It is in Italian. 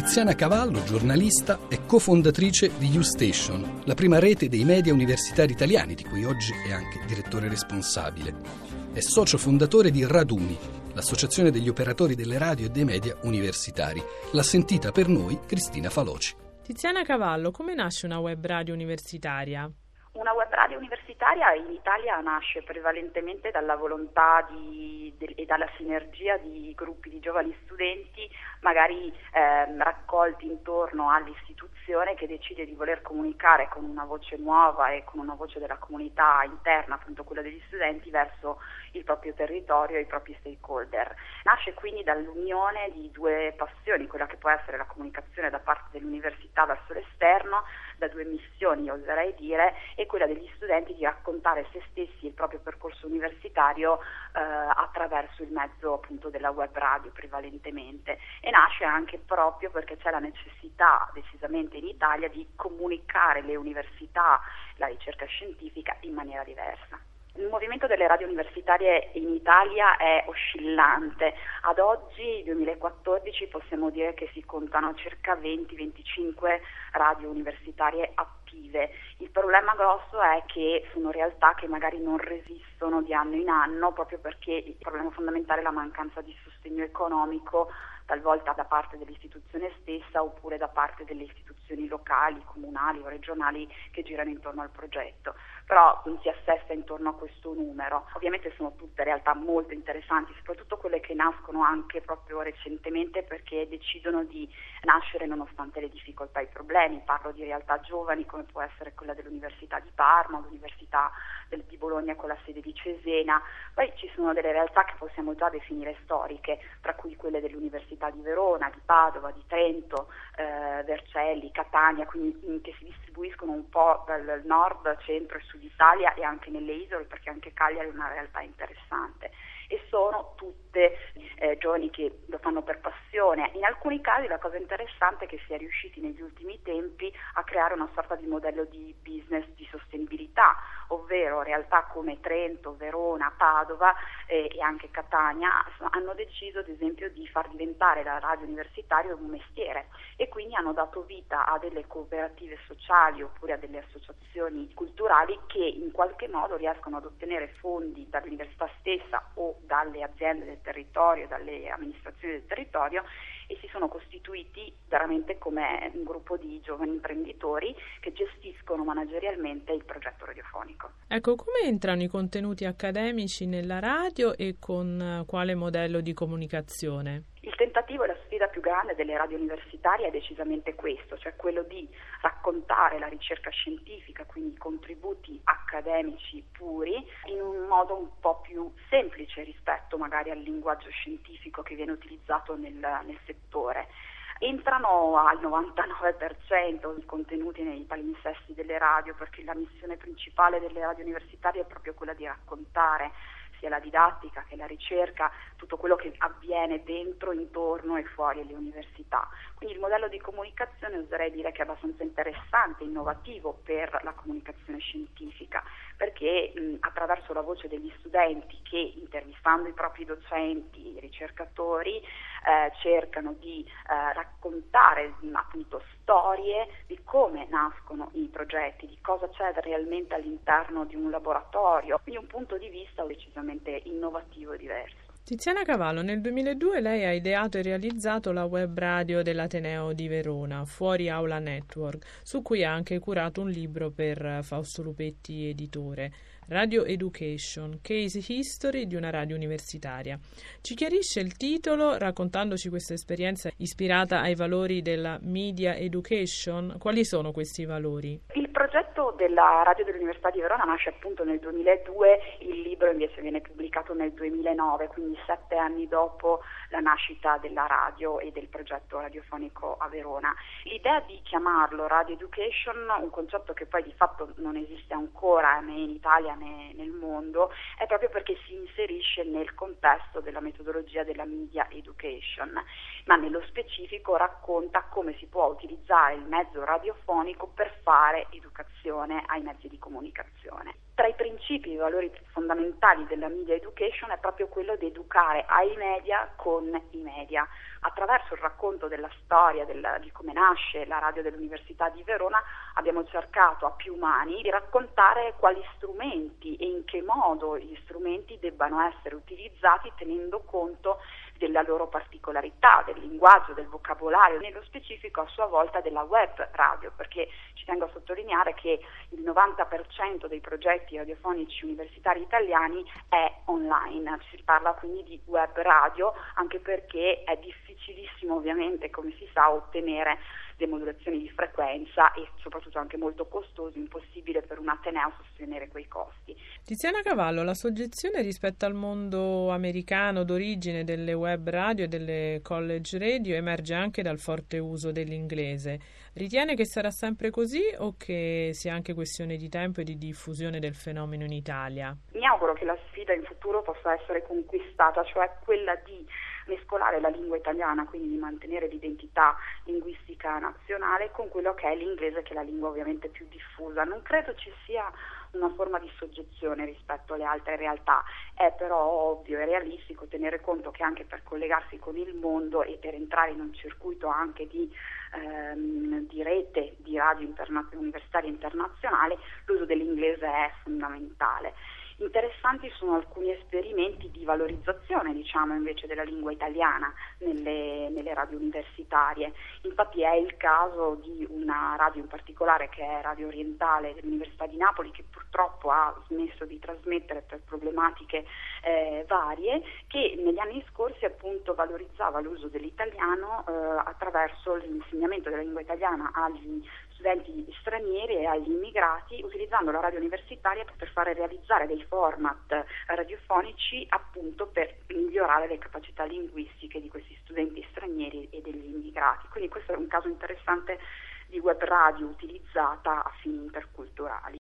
Tiziana Cavallo, giornalista e cofondatrice di U-Station, la prima rete dei media universitari italiani, di cui oggi è anche direttore responsabile. È socio fondatore di Raduni, l'associazione degli operatori delle radio e dei media universitari. L'ha sentita per noi Cristina Faloci. Tiziana Cavallo, come nasce una web radio universitaria? Una web radio universitaria in Italia nasce prevalentemente dalla volontà e dalla sinergia di gruppi di giovani studenti, magari raccolti intorno all'istituzione, che decide di voler comunicare con una voce nuova e con una voce della comunità interna, appunto quella degli studenti, verso il proprio territorio e i propri stakeholder. Nasce quindi dall'unione di due passioni, quella che può essere la comunicazione da parte dell'università verso l'esterno, da due missioni oserei dire, e quella degli studenti di raccontare se stessi e il proprio percorso universitario attraverso il mezzo appunto della web radio prevalentemente, e nasce anche proprio perché c'è la necessità decisamente in Italia di comunicare le università, la ricerca scientifica in maniera diversa. Il movimento delle radio universitarie in Italia è oscillante. Ad oggi, 2014, possiamo dire che si contano circa 20-25 radio universitarie attive. Il problema grosso è che sono realtà che magari non resistono di anno in anno, proprio perché il problema fondamentale è la mancanza di sostegno economico, talvolta da parte dell'istituzione stessa oppure da parte delle istituzioni locali, comunali o regionali che girano intorno al progetto. Però si assesta intorno a questo numero. Ovviamente sono tutte realtà molto interessanti, soprattutto quelle che nascono anche proprio recentemente perché decidono di nascere nonostante le difficoltà e i problemi. Parlo di realtà giovani come può essere quella dell'Università di Parma, l'Università di Bologna con la sede di Cesena. Poi ci sono delle realtà che possiamo già definire storiche, tra cui quelle dell'Università di Verona, di Padova, di Trento, Vercelli, Catania, quindi che si distribuiscono un po' dal nord, centro e sud Italia e anche nelle isole, perché anche Cagliari è una realtà interessante, e sono tutte giovani che lo fanno per passione. In alcuni casi la cosa interessante è che si è riusciti negli ultimi tempi a creare una sorta di modello di business di sostenibilità, ovvero realtà come Trento, Verona, Padova e anche Catania hanno deciso ad esempio di far diventare la radio universitaria un mestiere, e quindi hanno dato vita a delle cooperative sociali oppure a delle associazioni culturali che in qualche modo riescono ad ottenere fondi dall'università stessa o dalle aziende del territorio, dalle amministrazioni del territorio, e si sono costituiti veramente come un gruppo di giovani imprenditori che gestiscono managerialmente il progetto radiofonico. Ecco, come entrano i contenuti accademici nella radio e con quale modello di comunicazione? Il tentativo e la sfida più grande delle radio universitarie è decisamente questo, cioè quello di raccontare la ricerca scientifica, quindi i contributi accademici puri, in un modo un po' più semplice rispetto magari al linguaggio scientifico che viene utilizzato nel settore. Entrano al 99% i contenuti nei palinsesti delle radio, perché la missione principale delle radio universitarie è proprio quella di raccontare sia la didattica che la ricerca, tutto quello che avviene dentro, intorno e fuori alle università. Quindi il modello di comunicazione oserei dire che è abbastanza interessante, innovativo per la comunicazione scientifica, perché attraverso la voce degli studenti che, intervistando i propri docenti, i ricercatori, cercano di raccontare appunto storie di come nascono i progetti, di cosa c'è realmente all'interno di un laboratorio, quindi un punto di vista decisamente innovativo e diverso. Tiziana Cavallo, nel 2002 lei ha ideato e realizzato la web radio dell'Ateneo di Verona, Fuori Aula Network, su cui ha anche curato un libro per Fausto Lupetti editore, Radio Education, Case History di una radio universitaria. Ci chiarisce il titolo raccontandoci questa esperienza ispirata ai valori della media education? Quali sono questi valori? Il progetto della radio dell'Università di Verona nasce appunto nel 2002, il libro invece viene pubblicato nel 2009, quindi 7 anni dopo la nascita della radio e del progetto radiofonico a Verona. L'idea di chiamarlo Radio Education, un concetto che poi di fatto non esiste ancora né in Italia né nel mondo, è proprio perché si inserisce nel contesto della metodologia della media education, ma nello specifico racconta come si può utilizzare il mezzo radiofonico per fare educazione informazione ai mezzi di comunicazione. Tra i principi e i valori fondamentali della media education è proprio quello di educare ai media con i media. Attraverso il racconto della storia di come nasce la radio dell'Università di Verona abbiamo cercato a più mani di raccontare quali strumenti e in che modo gli strumenti debbano essere utilizzati tenendo conto della loro particolarità, del linguaggio, del vocabolario, nello specifico a sua volta della web radio, perché ci tengo a sottolineare che il 90% dei progetti radiofonici universitari italiani è online, si parla quindi di web radio, anche perché è difficilissimo ovviamente, come si sa, ottenere demodulazioni di frequenza e soprattutto anche molto costoso, impossibile per un ateneo sostenere quei costi. Tiziana Cavallo, la soggezione rispetto al mondo americano d'origine delle web radio e delle college radio emerge anche dal forte uso dell'inglese. Ritiene che sarà sempre così o che sia anche questione di tempo e di diffusione del fenomeno in Italia? Mi auguro che la sfida in futuro possa essere conquistata, cioè quella di mescolare la lingua italiana, quindi di mantenere l'identità linguistica nazionale con quello che è l'inglese, che è la lingua ovviamente più diffusa. Non credo ci sia una forma di soggezione rispetto alle altre realtà, è però ovvio e realistico tenere conto che anche per collegarsi con il mondo e per entrare in un circuito anche di rete di radio universitaria internazionale, l'uso dell'inglese è fondamentale. Interessanti sono alcuni esperimenti di valorizzazione, invece della lingua italiana nelle radio universitarie. Infatti è il caso di una radio in particolare che è Radio Orientale dell'Università di Napoli, che purtroppo ha smesso di trasmettere per problematiche varie, che negli anni scorsi appunto valorizzava l'uso dell'italiano attraverso l'insegnamento della lingua italiana agli studenti stranieri e agli immigrati, utilizzando la radio universitaria per fare realizzare dei format radiofonici appunto per migliorare le capacità linguistiche di questi studenti stranieri e degli immigrati. Quindi questo è un caso interessante di web radio utilizzata a fini interculturali.